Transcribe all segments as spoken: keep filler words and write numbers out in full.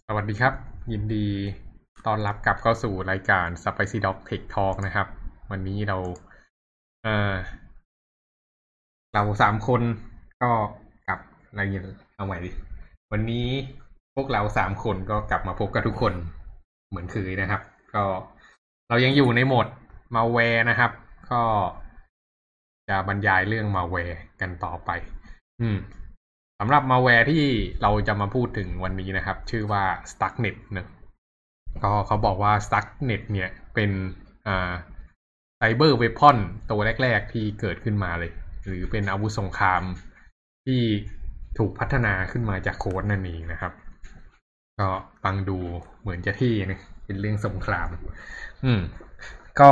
สวัสดีครับยินดีต้อนรับกลับเข้าสู่รายการ Spicy Dog Tech Talk นะครับวันนี้เราเอ่อเราสามคนก็กลับอะไรเงี้ยเอาใหม่ดิวันนี้พวกเราสามคนก็กลับมาพบกับทุกคนเหมือนเคยนะครับก็เรายังอยู่ในโหมด malware นะครับก็จะบรรยายเรื่อง malware กันต่อไปอืมสำหรับ malware ที่เราจะมาพูดถึงวันนี้นะครับชื่อว่า Stuxnet นะก็เขาบอกว่า Stuxnet เนี่ยเป็นอ่าไซเบอร์เวพอนตัวแรกๆที่เกิดขึ้นมาเลยหรือเป็นอาวุธสงครามที่ถูกพัฒนาขึ้นมาจากโค้ดนั่นเองนะครับก็ฟังดูเหมือนจะที่นะเป็นเรื่องสงครามอืมก็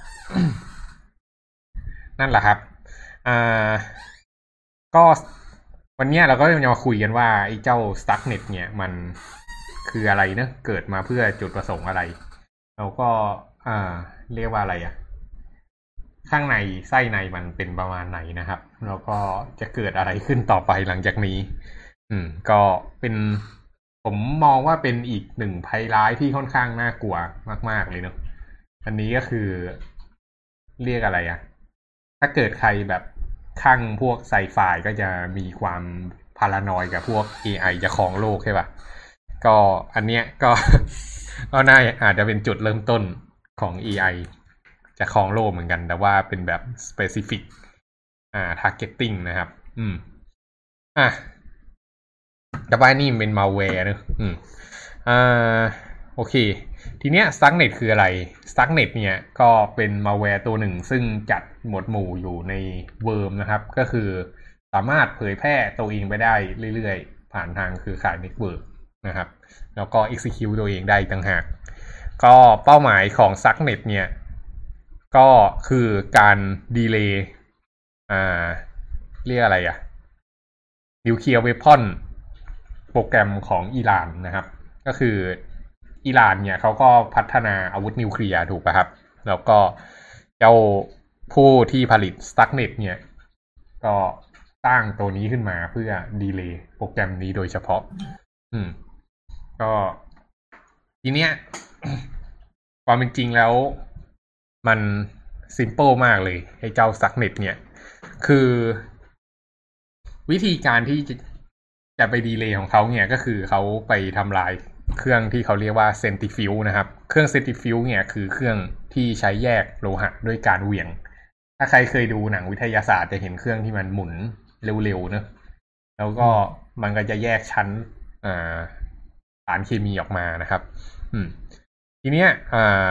นั่นแหละครับอ่าก็วันนี้เราก็จะมาคุยกันว่าไอ้เจ้า Stuxnet เนี่ยมันคืออะไรเนะเกิดมาเพื่อจุดประสงค์อะไรแล้วก็อ่าเรียกว่าอะไรอ่ะข้างในไส้ในมันเป็นประมาณไหนนะครับแล้วก็จะเกิดอะไรขึ้นต่อไปหลังจากนี้อืมก็เป็นผมมองว่าเป็นอีกหนึ่งภัยร้ายที่ค่อนข้างน่ากลัวมากๆเลยเนอะอันนี้ก็คือเรียกอะไรอ่ะ ถ้าเกิดใครแบบข้างพวกไซไฟก็จะมีความพารานอยกับพวก เอ ไอ จะครองโลกใช่ป่ะก็อันเนี้ยก็ ก็น่าอาจจะเป็นจุดเริ่มต้นของ เอ ไอ จะครองโลกเหมือนกันแต่ว่าเป็นแบบ specific อ่า targeting นะครับอืมอ่ะแต่ว่านี่เป็น malware เนอะอืมอ่าโอเคทีเนี้ย Stuxnet คืออะไร Stuxnet เนี่ยก็เป็น malware ตัวหนึ่งซึ่งจัดหมวดหมู่อยู่ใน Worm นะครับก็คือสามารถเผยแพร่ตัวเองไปได้เรื่อยๆผ่านทางเครือข่าย Network นะครับแล้วก็ execute ตัวเองได้ต่างหากก็เป้าหมายของ Stuxnet เนี่ยก็คือการดีเลย์อ่าเรียกอะไรอะนิวเคลียร์เวพอนโปรแกรมของอิหร่านนะครับก็คืออิหร่านเนี่ยเขาก็พัฒนาอาวุธนิวเคลียร์ถูกป่ะครับแล้วก็เจ้าผู้ที่ผลิต Stuxnet เนี่ยก็สร้างตัวนี้ขึ้นมาเพื่อดีเลย์โปรแกรมนี้โดยเฉพาะอืมก็ทีเนี้ยความเป็นจริงแล้วมันซิมเปิลมากเลยไอ้เจ้า Stuxnet เนี่ยคือวิธีการที่จะจะไปดีเลย์ของเขาเนี่ยก็คือเขาไปทำลายเครื่องที่เขาเรียกว่าเซนติฟิวนะครับเครื่องเซนติฟิวเนี่ยคือเครื่องที่ใช้แยกโลหะด้วยการเหวี่ยงถ้าใครเคยดูหนังวิทยาศาสตร์จะเห็นเครื่องที่มันหมุนเร็วๆเนอะแล้วก็มันก็จะแยกชั้นอ่าสารเคมีออกมานะครับอืมทีเนี้ยอ่า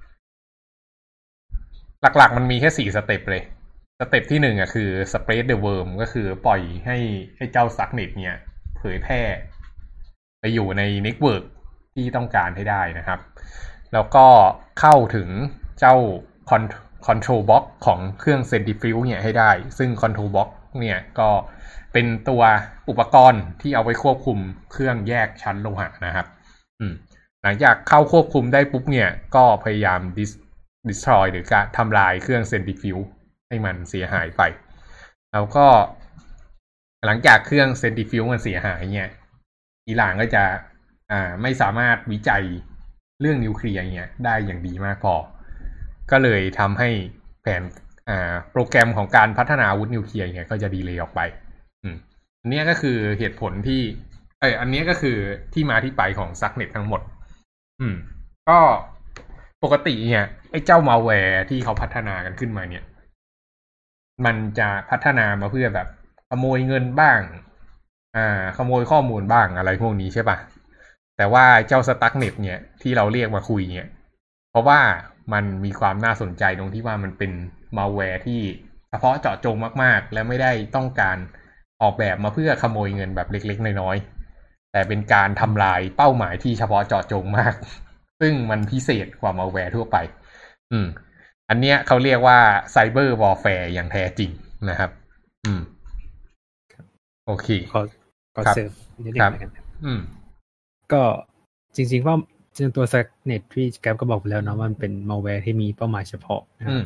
หลักๆมันมีแค่สี่สเต็ปเลยสเต็ปที่หนึ่งอ่ะคือ spread the worm ก็คือปล่อยให้ให้เจ้าซักเน็ตเนี่ยเผยแพร่ไปอยู่ในเน็ตเวิร์กที่ต้องการให้ได้นะครับแล้วก็เข้าถึงเจ้า control box ของเครื่อง centrifuge เนี่ยให้ได้ซึ่ง control box เนี่ยก็เป็นตัวอุปกรณ์ที่เอาไว้ควบคุมเครื่องแยกชั้นโลหะนะครับอืมหลังจากเข้าควบคุมได้ปุ๊บเนี่ยก็พยายาม dis destroy หรือการทำลายเครื่อง centrifuge ให้มันเสียหายไปแล้วก็หลังจากเครื่อง centrifuge มันเสียหายเนี่ยอิหร่านก็จะอ่าไม่สามารถวิจัยเรื่องนิวเคลียร์เนี่ยได้อย่างดีมากพอก็เลยทำให้แผนอ่าโปรแกรมของการพัฒนาอาวุธนิวเคลียร์เนี่ยก็จะดีเลย์ออกไปอืมอันนี้ก็คือเหตุผลที่เอออันนี้ก็คือที่มาที่ไปของซักเน็ตทั้งหมดอืมก็ปกติเนี่ยไอ้เจ้ามาแวร์ที่เขาพัฒนากันขึ้นมาเนี่ยมันจะพัฒนามาเพื่อแบบขโมยเงินบ้างอ่าขโมยข้อมูลบ้างอะไรพวกนี้ใช่ป่ะแต่ว่าเจ้าสตั๊กเน็ตเนี่ยที่เราเรียกมาคุยเนี่ยเพราะว่ามันมีความน่าสนใจตรงที่ว่ามันเป็นมาแวร์ที่เฉพาะเจาะจงมากๆและไม่ได้ต้องการออกแบบมาเพื่อขโมยเงินแบบเล็กๆน้อยๆแต่เป็นการทำลายเป้าหมายที่เฉพาะเจาะจงมากซึ่งมันพิเศษกว่ามาแวร์ทั่วไปอืม อันเนี้ยเขาเรียกว่าไซเบอร์วอร์แฟร์อย่างแท้จริงนะครับ อืม โอเคขอขอครับเสริมนิดนึคงรับแล้วกันอืมก็จริงๆว่าตัว Stuxnet ที่แกปก็บอกไปแล้วเนาะมันเป็น malware ที่มีเป้าหมายเฉพาะนะคอืรับม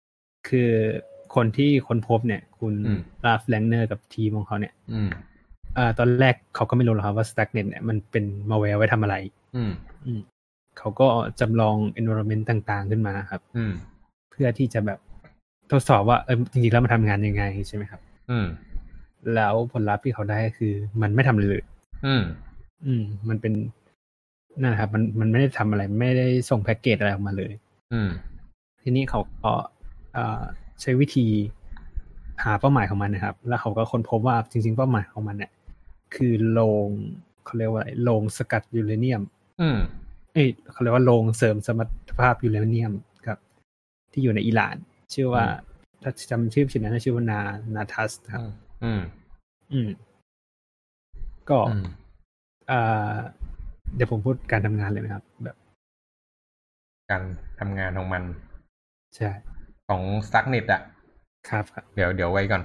คือคนที่ค้นพบเนี่ย คุณอืมลาฟแลงเนอร์กับทีมของเขาเนี่ยอืมอ่าตอนแรกเขาก็ไม่รู้หรอกครับว่า Stuxnet เนี่ยมันเป็น malware ไว้ทำอะไรอืมอืมเขาก็จำลอง environment ต่างๆขึ้นมาครับอืมเพื่อที่จะแบบทดสอบว่าเออจริงๆแล้วมันทำงานยังไงใช่ไหมครับอืมแล้วผลลัพธ์ที่เขาได้คือมันไม่ทำเลยอืมอืมมันเป็นนั่นแหละครับมันมันไม่ได้ทำอะไรไม่ได้ส่งแพ็กเกจอะไรออกมาเลยอืมทีนี้เขาก็เอ่อใช้วิธีหาเป้าหมายของมันนะครับแล้วเขาก็ค้นพบว่าจริงๆเป้าหมายของมันเนี่ยคือโรงเขาเรียกว่าอะไรโรงสกัดยูเรเนียมอืมเอ้ยเขาเรียกว่าโรงเสริมสมรรถภาพยูเรเนียมครับที่อยู่ในอิหร่านชื่อว่าถ้าจำชื่อผิดนะชื่อว่านานาทัสครับอืมอืมก็อ่าเดี๋ยวผมพูดการทำงานเลยนะครับแบบการทำงานของมันใช่ของ Stuxnet อ่ะครับครับเดี๋ยวเดี๋ยวไว้ก่อน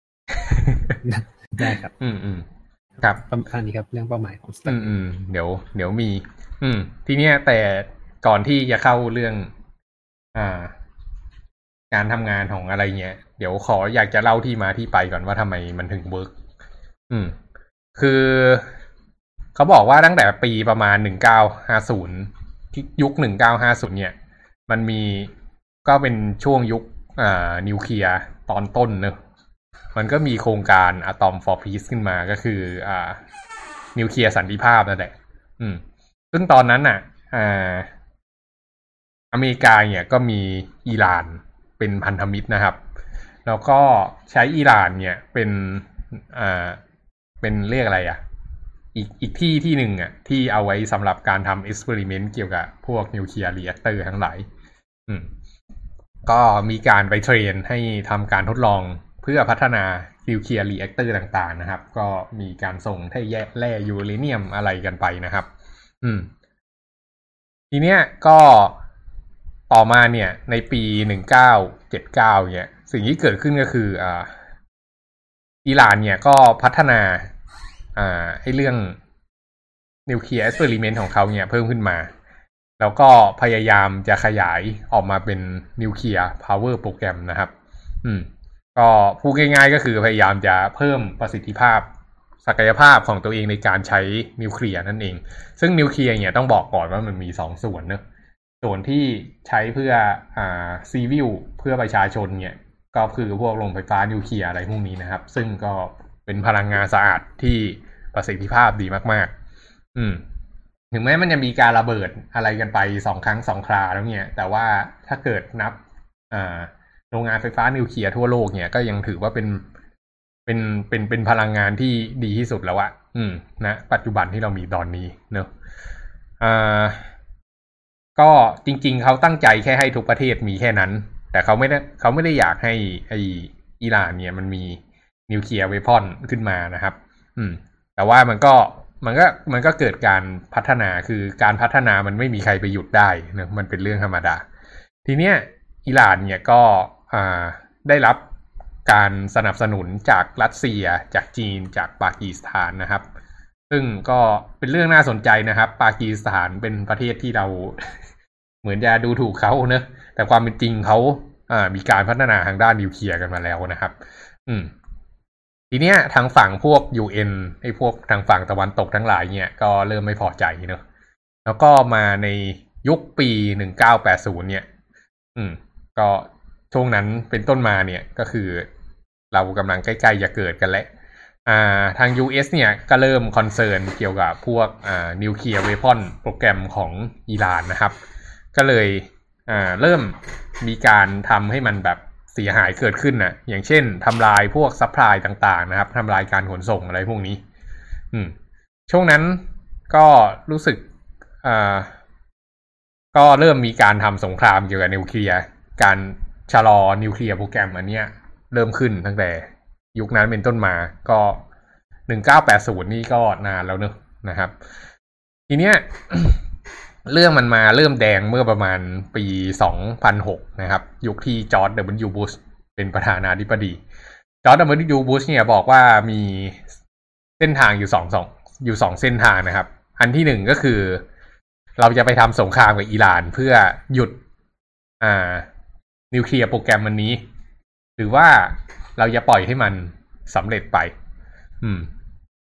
ได้ครับอืมอืมครับประมาณนี้ครับเรื่องเป้าหมายของ Stuxnet อืมอืมเดี๋ยวเดี๋ยวมี อืมทีเนี้ยแต่ก่อนที่จะเข้าเรื่อง อ่า การทำงานของอะไรเงี้ยเดี๋ยวขออยากจะเล่าที่มาที่ไปก่อนว่าทำไมมันถึงเวิร์กอืม คือเขาบอกว่าตั้งแต่ปีประมาณหนึ่งเก้าห้าศูนย์ยุคหนึ่งเก้าห้าศูนย์เนี่ย มันมีก็เป็นช่วงยุคอ่านิวเคลียร์ตอนต้นเนอะมันก็มีโครงการ Atom for Peace ขึ้นมาก็คืออ่านิวเคลียร์สันติภาพนั่นแหละอืมซึ่งตอนนั้นน่ะอ่าอเมริกาเนี่ยก็มีอิหร่านเป็นพันธมิตรนะครับแล้วก็ใช้อิหร่านเนี่ยเป็นอ่าเป็นเรียกอะไรอ่ะอีกอีกที่ที่หนึ่งอ่ะที่เอาไว้สำหรับการทำเอ็กซ์เพร์เมนต์เกี่ยวกับพวกนิวเคลียร์รีแอคเตอร์ทั้งหลายอืมก็มีการไปเทรนให้ทำการทดลองเพื่อพัฒนานิวเคลียร์รีแอคเตอร์ต่างๆนะครับก็มีการส่งให้แร่ยูเรเนียมอะไรกันไปนะครับอืมทีเนี้ยก็ต่อมาเนี่ยในปีหนึ่งเก้าเจ็ดเก้าเนี่ยสิ่งที่เกิดขึ้นก็คืออ่าอิหร่านเนี่ยก็พัฒนาอ่าไอ้เรื่องนิวเคลียร์เอ็กซ์เพร์เมนต์ของเขาเนี่ยเพิ่มขึ้นมาแล้วก็พยายามจะขยายออกมาเป็นนิวเคลียร์พาวเวอร์โปรแกรมนะครับอืมก็พูดง่ายๆก็คือพยายามจะเพิ่มประสิทธิภาพศักยภาพของตัวเองในการใช้นิวเคลียร์นั่นเองซึ่งนิวเคลียร์เนี่ยต้องบอกก่อนว่ามันมีสองส่วนเนอะส่วนที่ใช้เพื่ออ่าซีวิลเพื่อประชาชนเนี่ยก็คือพวกโรงไฟฟ้านิวเคลียร์อะไรพวกนี้นะครับซึ่งก็เป็นพลังงานสะอาดที่ประสิทธิภาพดีมากๆอืมถึงแม้มันจะมีการระเบิดอะไรกันไปสองครั้งสองคราแล้วเนี่ยแต่ว่าถ้าเกิดนับอ่าโรงงานไฟฟ้านิวเคลียร์ทั่วโลกเนี่ยก็ยังถือว่าเป็นเป็นเป็นเป็นพลังงานที่ดีที่สุดแล้วอะอืมนะปัจจุบันที่เรามีตอนนี้เนอะอ่าก็จริงๆเขาตั้งใจแค่ให้ทุกประเทศมีแค่นั้นแต่เขาไม่ได้เขาไม่ได้อยากให้ไออิหร่านเนี่ยมันมีนิวเคลียร์เวพอนขึ้นมานะครับอืมแต่ว่ามันก็มันก็มันก็เกิดการพัฒนาคือการพัฒนามันไม่มีใครไปหยุดได้นะมันเป็นเรื่องธรรมดาทีเนี้ยอิหร่านเนี่ยก็อ่าได้รับการสนับสนุนจากรัสเซียจากจีนจากปากีสถานนะครับซึ่งก็เป็นเรื่องน่าสนใจนะครับปากีสถานเป็นประเทศที่เรา เหมือนจะดูถูกเขาเนอะแต่ความเป็นจริงเขาอ่ามีการพัฒนาทางด้านนิวเคลียร์กันมาแล้วนะครับอืมทีเนี้ยทางฝั่งพวก ยู เอ็น ไอ้พวกทางฝั่งตะวันตกทั้งหลายเนี่ยก็เริ่มไม่พอใจเนอะแล้วก็มาในยุคปีหนึ่งเก้าแปดศูนย์เนี่ยอืมก็ช่วงนั้นเป็นต้นมาเนี่ยก็คือเรากำลังใกล้ๆจะเกิดกันแล้วอ่าทาง ยู เอส เนี่ยก็เริ่มคอนเซิร์นเกี่ยวกับพวกอ่านิวเคลียร์เวพอนโปรแกรมของอิหร่านนะครับก็เลยอ่าเริ่มมีการทำให้มันแบบเสียหายเกิดขึ้นนะอย่างเช่นทำลายพวกซัพพลายต่างๆนะครับทำลายการขนส่งอะไรพวกนี้อืมช่วงนั้นก็รู้สึกอ่าก็เริ่มมีการทำสงครามเกี่ยวกับนิวเคลียร์การชะลอนิวเคลียร์โปรแกรมอันเนี้ยเริ่มขึ้นตั้งแต่ยุคนั้นเป็นต้นมาก็หนึ่งเก้าแปดศูนย์นี่ก็นานแล้วเนอะนะครับทีเนี้ย เรื่องมันมาเริ่มแดงเมื่อประมาณปีสองพันหกนะครับยุคที่จอร์จ ดับเบิลยู บุชเป็นประธานาธิบดีจอร์จ ดับเบิลยู บุชเนี่ยบอกว่ามีเส้นทางอยู่สองสองอยู่สองเส้นทางนะครับอันที่หนึ่งก็คือเราจะไปทำสงครามกับอิหร่านเพื่อหยุดอ่านิวเคลียร์โปรแกรมมันนี้หรือว่าเราจะปล่อยให้มันสำเร็จไปอืม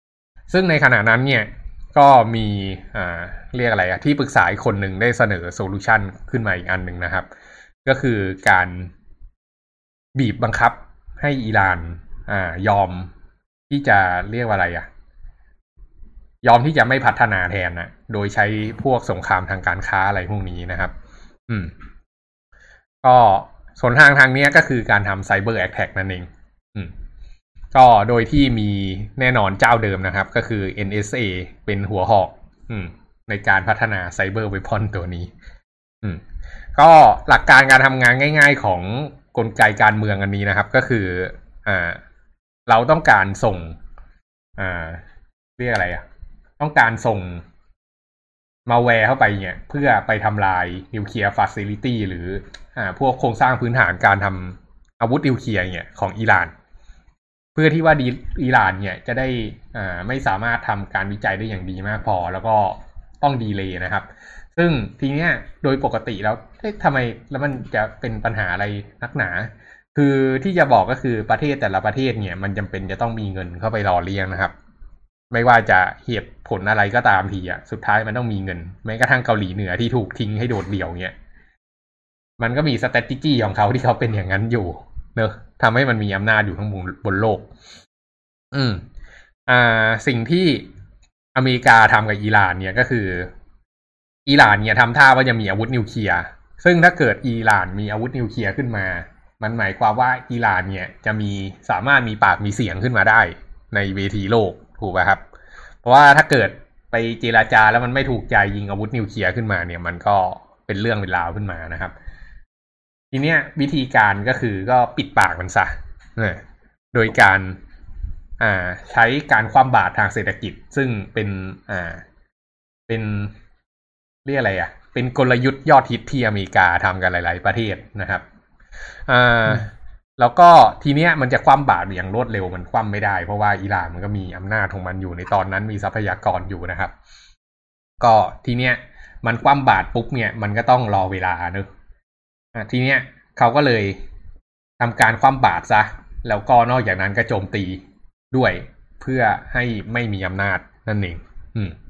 ซึ่งในขณะนั้นเนี่ยก็มีอ่าเรียกอะไรอะที่ปรึกษาอีกคนหนึ่งได้เสนอโซลูชันขึ้นมาอีกอันหนึ่งนะครับก็คือการบีบบังคับให้อิหร่านอ่ายอมที่จะเรียกว่าอะไรอะยอมที่จะไม่พัฒนาแทนนะโดยใช้พวกสงครามทางการค้าอะไรพวกนี้นะครับอืมก็ส่วนทางทางนี้ก็คือการทำไซเบอร์แอคแท็กนั่นเองอืมก็โดยที่มีแน่นอนเจ้าเดิมนะครับก็คือ เอ็น เอส เอ เป็นหัวหอกอืมในการพัฒนาไซเบอร์เวพอนตัวนี้อืมก็หลักการการทำงานง่ายๆของกลไกการเมืองอันนี้นะครับก็คืออ่าเราต้องการส่งอ่าเรียกอะไรอ่ะต้องการส่งมาแวร์เข้าไปเนี่ยเพื่อไปทำลายนิวเคลียร์ฟาซิลิตี้หรืออ่าพวกโครงสร้างพื้นฐานการทำอาวุธนิวเคลียร์เนี่ยของอิหร่านเพื่อที่ว่าดีอิหร่านเนี่ยจะได้อ่าไม่สามารถทำการวิจัยได้อย่างดีมากพอแล้วก็ต้องดีเลย์นะครับซึ่งทีเนี้ยโดยปกติแล้วเอ๊ะทำไมแล้วมันจะเป็นปัญหาอะไรนักหนาคือที่จะบอกก็คือประเทศแต่ละประเทศเนี่ยมันจำเป็นจะต้องมีเงินเข้าไปหล่อเลี้ยงนะครับไม่ว่าจะเหตุผลอะไรก็ตามทีอ่ะสุดท้ายมันต้องมีเงินแม้กระทั่งเกาหลีเหนือที่ถูกทิ้งให้โดดเดี่ยวเนี่ยมันก็มี strategy ของเขาที่เขาเป็นอย่างนั้นอยู่เนอะทำให้มันมีอำนาจอยู่ทั้งบนโลกอืมอ่าสิ่งที่อเมริกาทำกับอิหร่านเนี่ยก็คืออิหร่านเนี่ยทำท่าว่าจะมีอาวุธนิวเคลียร์ซึ่งถ้าเกิดอิหร่านมีอาวุธนิวเคลียร์ขึ้นมามันหมายความว่าอิหร่านเนี่ยจะมีสามารถมีปากมีเสียงขึ้นมาได้ในเวทีโลกถูกป่ะครับเพราะว่าถ้าเกิดไปเจรจาแล้วมันไม่ถูกใจยิงอาวุธนิวเคลียร์ขึ้นมาเนี่ยมันก็เป็นเรื่องเป็นราวขึ้นมานะครับทีเนี้ยวิธีการก็คือก็ปิดปากมันซะโดยการอ่าใช้การคว่ำบาตรทางเศรษฐกิจซึ่งเป็นอ่าเป็นเรียกอะไรอ่ะเป็นกลยุทธ์ยอดฮิตที่อเมริกาทำกันหลายๆประเทศนะครับอ่าแล้วก็ทีเนี้ยมันจะคว่ำบาตรอย่างรวดเร็วมันคว่ำไม่ได้เพราะว่าอิหร่านมันก็มีอำนาจของมันอยู่ในตอนนั้นมีทรัพยากรอยู่นะครับก็ทีเนี้ยมันคว่ำบาตรปุ๊บเนี่ยมันก็ต้องรอเวลาเนอะอ่าทีเนี้ยเขาก็เลยทำการคว่ำบาตรซะแล้วก็นอกจากนั้นก็โจมตีด้วยเพื่อให้ไม่มีอำนาจนั่นเองอืม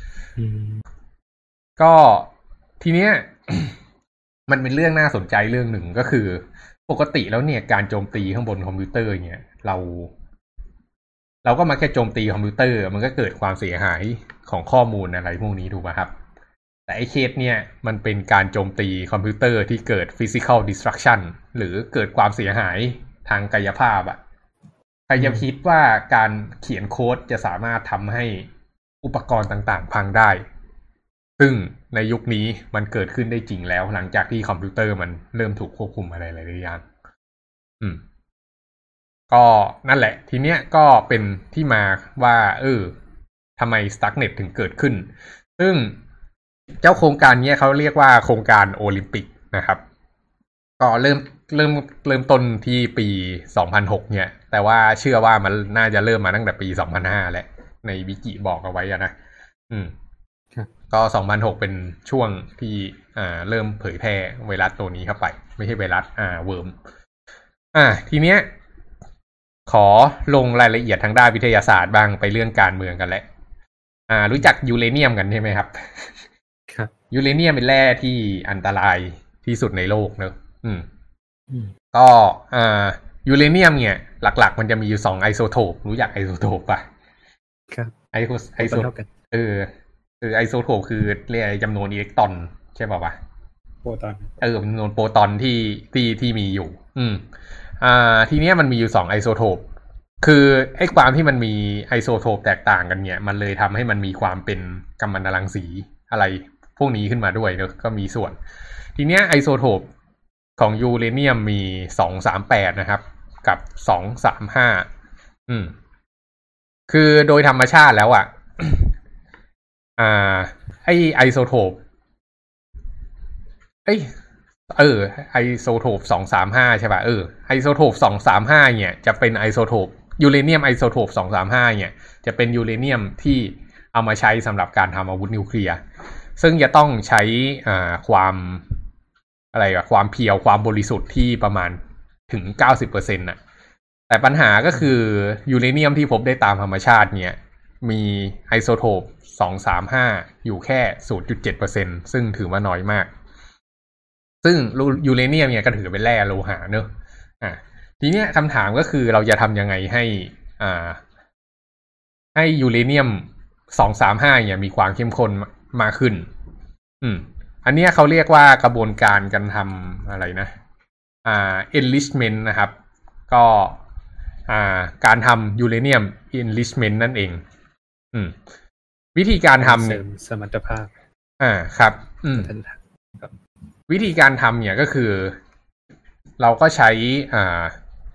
ก็ทีเนี้ย มันเป็นเรื่องน่าสนใจเรื่องหนึ่งก็คือปกติแล้วเนี่ยการโจมตีข้างบนคอมพิวเตอร์เนี่ยเราเราก็มาแค่โจมตีคอมพิวเตอร์มันก็เกิดความเสียหายของข้อมูลอะไรพวกนี้ถูกไหมครับแต่ไอ้เคสเนี่ยมันเป็นการโจมตีคอมพิวเตอร์ที่เกิด physical destruction หรือเกิดความเสียหายทางกายภาพอะใครจะคิดว่าการเขียนโค้ดจะสามารถทำให้อุปกรณ์ต่างๆพังได้ซึ่งในยุคนี้มันเกิดขึ้นได้จริงแล้วหลังจากที่คอมพิวเตอร์มันเริ่มถูกควบคุมอะไรหลายอย่างอืมก็นั่นแหละทีเนี้ยก็เป็นที่มาว่าเออทำไม Stuxnet ถึงเกิดขึ้นซึ่งเจ้าโครงการเนี้ยเขาเรียกว่าโครงการโอลิมปิกนะครับก็เริ่มเริ่มเริ่มต้นที่ปีสองพันหกเนี่ยแต่ว่าเชื่อว่ามันน่าจะเริ่มมาตั้งแต่ปีสองพันห้าแหละในวิกิบอกเอาไว้อะนะอืมก็สองพันหกเป็นช่วงที่อ่าเริ่มเผยแพร่ไวรัสตัวนี้เข้าไปไม่ใช่ไวรัสอ่าเวิร์มอ่าทีเนี้ยขอลงรายละเอียดทางด้านวิทยาศาสตร์บ้างไปเรื่องการเมืองกันแหละอ่ารู้จักยูเรเนียมกันใช่ไหมครับครับยูเรเนียมเป็นแร่ที่อันตรายที่สุดในโลกเนอะอืมก็อ่ายูเรเนียมเนี่ยหลักๆมันจะมีอยู่สองไอโซโทปรู้จักไอโซโทปป่ะครับไอโซไอโซเออคือไอโซโทปคือเรียกจำนวนอิเล็กตรอนใช่ป่ะวะโปรตอนเออจำนวนโปรตอนที่ที่ที่มีอยู่อืมอ่าทีเนี้ยมันมีอยู่สองไอโซโทปคือไอ้ความที่มันมีไอโซโทปแตกต่างกันเนี่ยมันเลยทำให้มันมีความเป็นกัมมันตรังสีอะไรพวกนี้ขึ้นมาด้วยเนอะก็มีส่วนทีเนี้ยไอโซโทปของยูเรเนียมมีสองสามแปดนะครับกับสองสามห้าอืมคือโดยธรรมชาติแล้วอ่ะ อ่าไอไอโซโทปเอ้ยเออไอโซโทปสองสามห้าใช่ป่ะเออไอโซโทปสองสามห้าเนี่ยจะเป็นไอโซโทปยูเรเนียมไอโซโทปสองสามห้าเนี่ยจะเป็นยูเรเนียมที่เอามาใช้สำหรับการทำอาวุธนิวเคลียร์ซึ่งจะต้องใช้อ่าความอะไรอะความเพียวความบริสุทธิ์ที่ประมาณถึง เก้าสิบเปอร์เซ็นต์ น่ะแต่ปัญหาก็คือยูเรเนียมที่พบได้ตามธรรมชาติเนี่ยมีไอโซโทปสองสามห้าอยู่แค่ ศูนย์จุดเจ็ดเปอร์เซ็นต์ ซึ่งถือว่าน้อยมากซึ่งยูเรเนียมเนี่ยก็ถือเป็นแร่โลหะเนอะอ่ะทีเนี้ยคำถามก็คือเราจะทำยังไงให้อ่าให้ยูเรเนียมสองสามห้าเนี่ยมีความเข้มข้นมากขึ้นอืมอันเนี้ยเขาเรียกว่ากระบวนการการทำอะไรนะอ่า enrichment นะครับก็อ่าการทำยูเรเนียม enrichment นั่นเองอืมวิธีการทำเนี่ยสมรรถภาพอ่าครับอืมวิธีการทำเนี่ยก็คือเราก็ใช้อ่า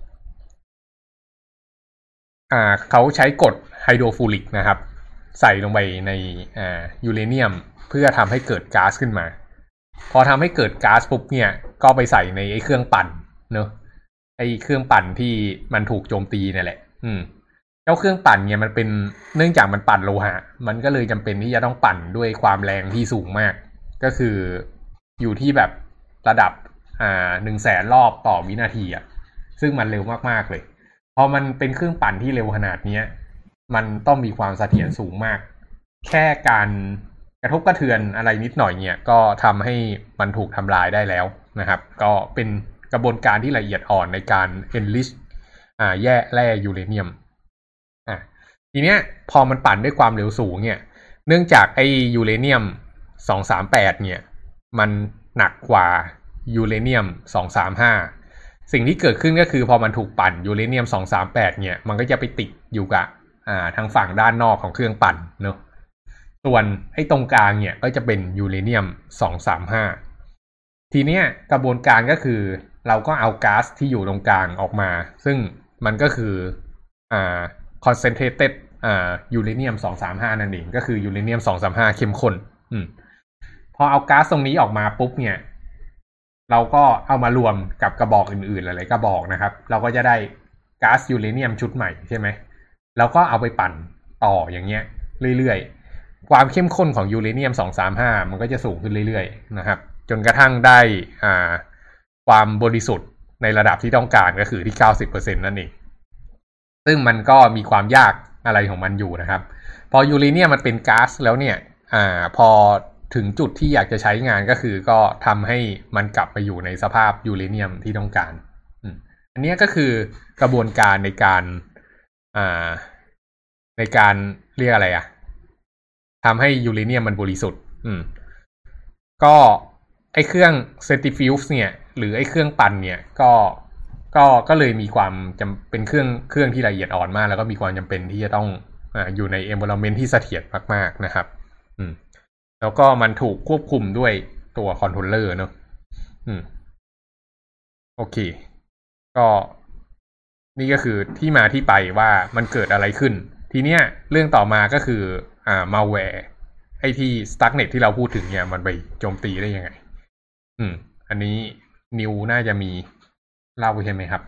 อ่าเขาใช้กรดไฮโดรฟูริกนะครับใส่ลงไปในอ่ายูเรเนียมเพื่อทำให้เกิดก๊าซขึ้นมาพอทำให้เกิดก๊าซปุ๊บเนี่ยก็ไปใส่ในไอ้เครื่องปั่นเนอะไอ้เครื่องปั่นที่มันถูกโจมตีนี่แหละอืมเจ้าเครื่องปั่นเนี่ยมันเป็นเนื่องจากมันปั่นโลหะมันก็เลยจำเป็นที่จะต้องปั่นด้วยความแรงที่สูงมากก็คืออยู่ที่แบบระดับอ่าหนึ่งแสนรอบต่อวินาทีอ่ะซึ่งมันเร็วมากๆเลยพอมันเป็นเครื่องปั่นที่เร็วขนาดนี้มันต้องมีความเสถียรสูงมากแค่การกระทบกระเทือนอะไรนิดหน่อยเนี่ยก็ทำให้มันถูกทำลายได้แล้วนะครับก็เป็นกระบวนการที่ละเอียดอ่อนในการ enrich อ่าแย่แร่ยูเรเนียมอ่ะทีเนี้ยพอมันปั่นด้วยความเร็วสูงเนี่ยเนื่องจากไอ้ยูเรเนียมสองสามแปดเนี่ยมันหนักกว่ายูเรเนียมสองสามห้าสิ่งที่เกิดขึ้นก็คือพอมันถูกปั่นยูเรเนียมสองสามแปดเนี่ยมันก็จะไปติดอยู่กับอ่าทางฝั่งด้านนอกของเครื่องปั่นเนอะส่วนไอ้ตรงกลางเนี่ยก็จะเป็นยูเรเนียมสองสามห้าทีเนี้ยกระบวนการก็คือเราก็เอาก๊าซที่อยู่ตรงกลางออกมาซึ่งมันก็คืออ่า concentrated อ่ายูเรเนียมสองสามห้านั่นเองก็คือยูเรเนียมสองสามห้าเข้มข้นอืมพอเอาก๊าซตรงนี้ออกมาปุ๊บเนี่ยเราก็เอามารวมกับกระบอกอื่นๆหลายๆกระบอกนะครับเราก็จะได้ก๊าซยูเรเนียมชุดใหม่ใช่ไหมแล้วก็เอาไปปั่นต่ออย่างเงี้ยเรื่อยๆความเข้มข้นของยูเรเนียมสองสามห้ามันก็จะสูงขึ้นเรื่อยๆนะครับจนกระทั่งได้อ่าความบริสุทธิ์ในระดับที่ต้องการก็คือที่ เก้าสิบเปอร์เซ็นต์ นั่นเองซึ่งมันก็มีความยากอะไรของมันอยู่นะครับพอยูเรเนียมมันเป็นก๊าซแล้วเนี่ยอ่าพอถึงจุดที่อยากจะใช้งานก็คือก็ทำให้มันกลับไปอยู่ในสภาพยูเรเนียมที่ต้องการอันนี้ก็คือกระบวนการในการอ่าในการเรียกอะไรอะทำให้ยูเรเนียมมันบริสุทธิ์อืมก็ไอเครื่องเซนติฟิวส์เนี่ยหรือไอเครื่องปั่นเนี่ยก็ก็ก็เลยมีความจำเป็นเครื่องเครื่องที่ละเอียดอ่อนมากแล้วก็มีความจำเป็นที่จะต้องอ่าอยู่ใน environment ที่เสถียรมากๆนะครับอืมแล้วก็มันถูกควบคุมด้วยตัวคอนโทรลเลอร์เนอะอืมโอเคก็นี่ก็คือที่มาที่ไปว่ามันเกิดอะไรขึ้นทีเนี้ยเรื่องต่อมาก็คืออ่า malware ไอ้ที่ Stuxnet ที่เราพูดถึงเนี่ยมันไปโจมตีได้ยังไงอืมอันนี้นิวน่าจะมีเล่าใช่ไหมครับ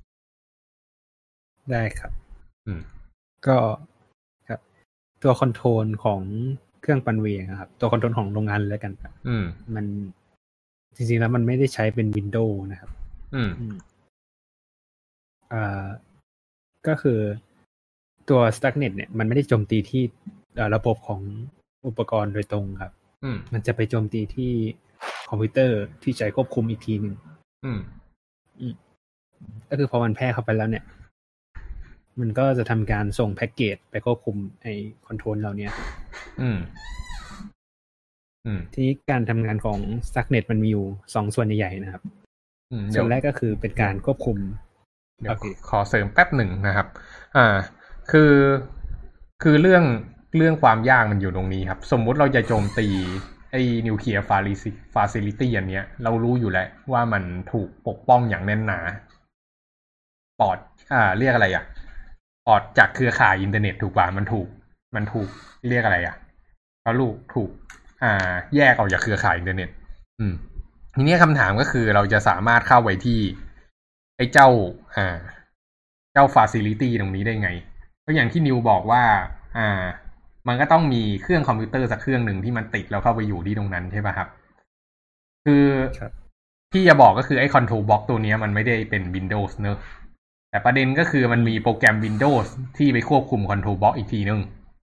ได้ครับอืมก็ครับตัวคอนโทรลของเครื่องปั่นเวงครับตัวคอนโทรลของโรงงานแล้วกันครับอืมมันจริงๆแล้วมันไม่ได้ใช้เป็น Windows นะครับอืมอ่าก็คือตัว Stuxnet เนี่ยมันไม่ได้โจมตีที่ระบบของอุปกรณ์โดยตรงครับอืมมันจะไปโจมตีที่คอมพิวเตอร์ที่ใช้ควบคุมอีกทีหนึ่งอืมอืมก็คือพอมันแพร่เข้าไปแล้วเนี่ยมันก็จะทำการส่งแพ็กเกจไปควบคุมไอ้คอนโทรลเหล่านี้อืมอืมที่การทำงานของ Stuxnet มันมีอยู่สองส่วนใหญ่ๆนะครับส่วนแรกก็คือเป็นการควบคุมเดี๋ยวขอเสริมแป๊บหนึ่งนะครับอ่าคือคือเรื่องเรื่องความยากมันอยู่ตรงนี้ครับสมมุติเราจะโจมตีไอ้นิวเคลียร์ฟาซิลิตี้อันเนี้ยเรารู้อยู่แล้วว่ามันถูกปกป้องอย่างแน่นหนาปลอดอ่าเรียกอะไรอ่ะปลอดจากเครือข่ายอินเทอร์เน็ตถูกกว่ามันถูกมันถูกเรียกอะไรอ่ะเขาลูกถูกอ่าแยกออกจากเครือข่ายอินเทอร์เน็ตอืมทีนี้คำถามก็คือเราจะสามารถเข้าไปที่ไอ้เจ้าอ่าเจ้าฟาซิลิตี้ตรงนี้ได้ไงก็อย่างที่นิวบอกว่าอ่ามันก็ต้องมีเครื่องคอมพิวเตอร์สักเครื่องหนึ่งที่มันติดแล้วเข้าไปอยู่ที่ตรงนั้นใช่ป่ะครับคือที่จะบอกก็คือไอ้ Control Box ตัวนี้มันไม่ได้เป็น Windows เนอะแต่ประเด็นก็คือมันมีโปรแกรม Windows ที่ไปควบคุม Control Box อีกทีนึง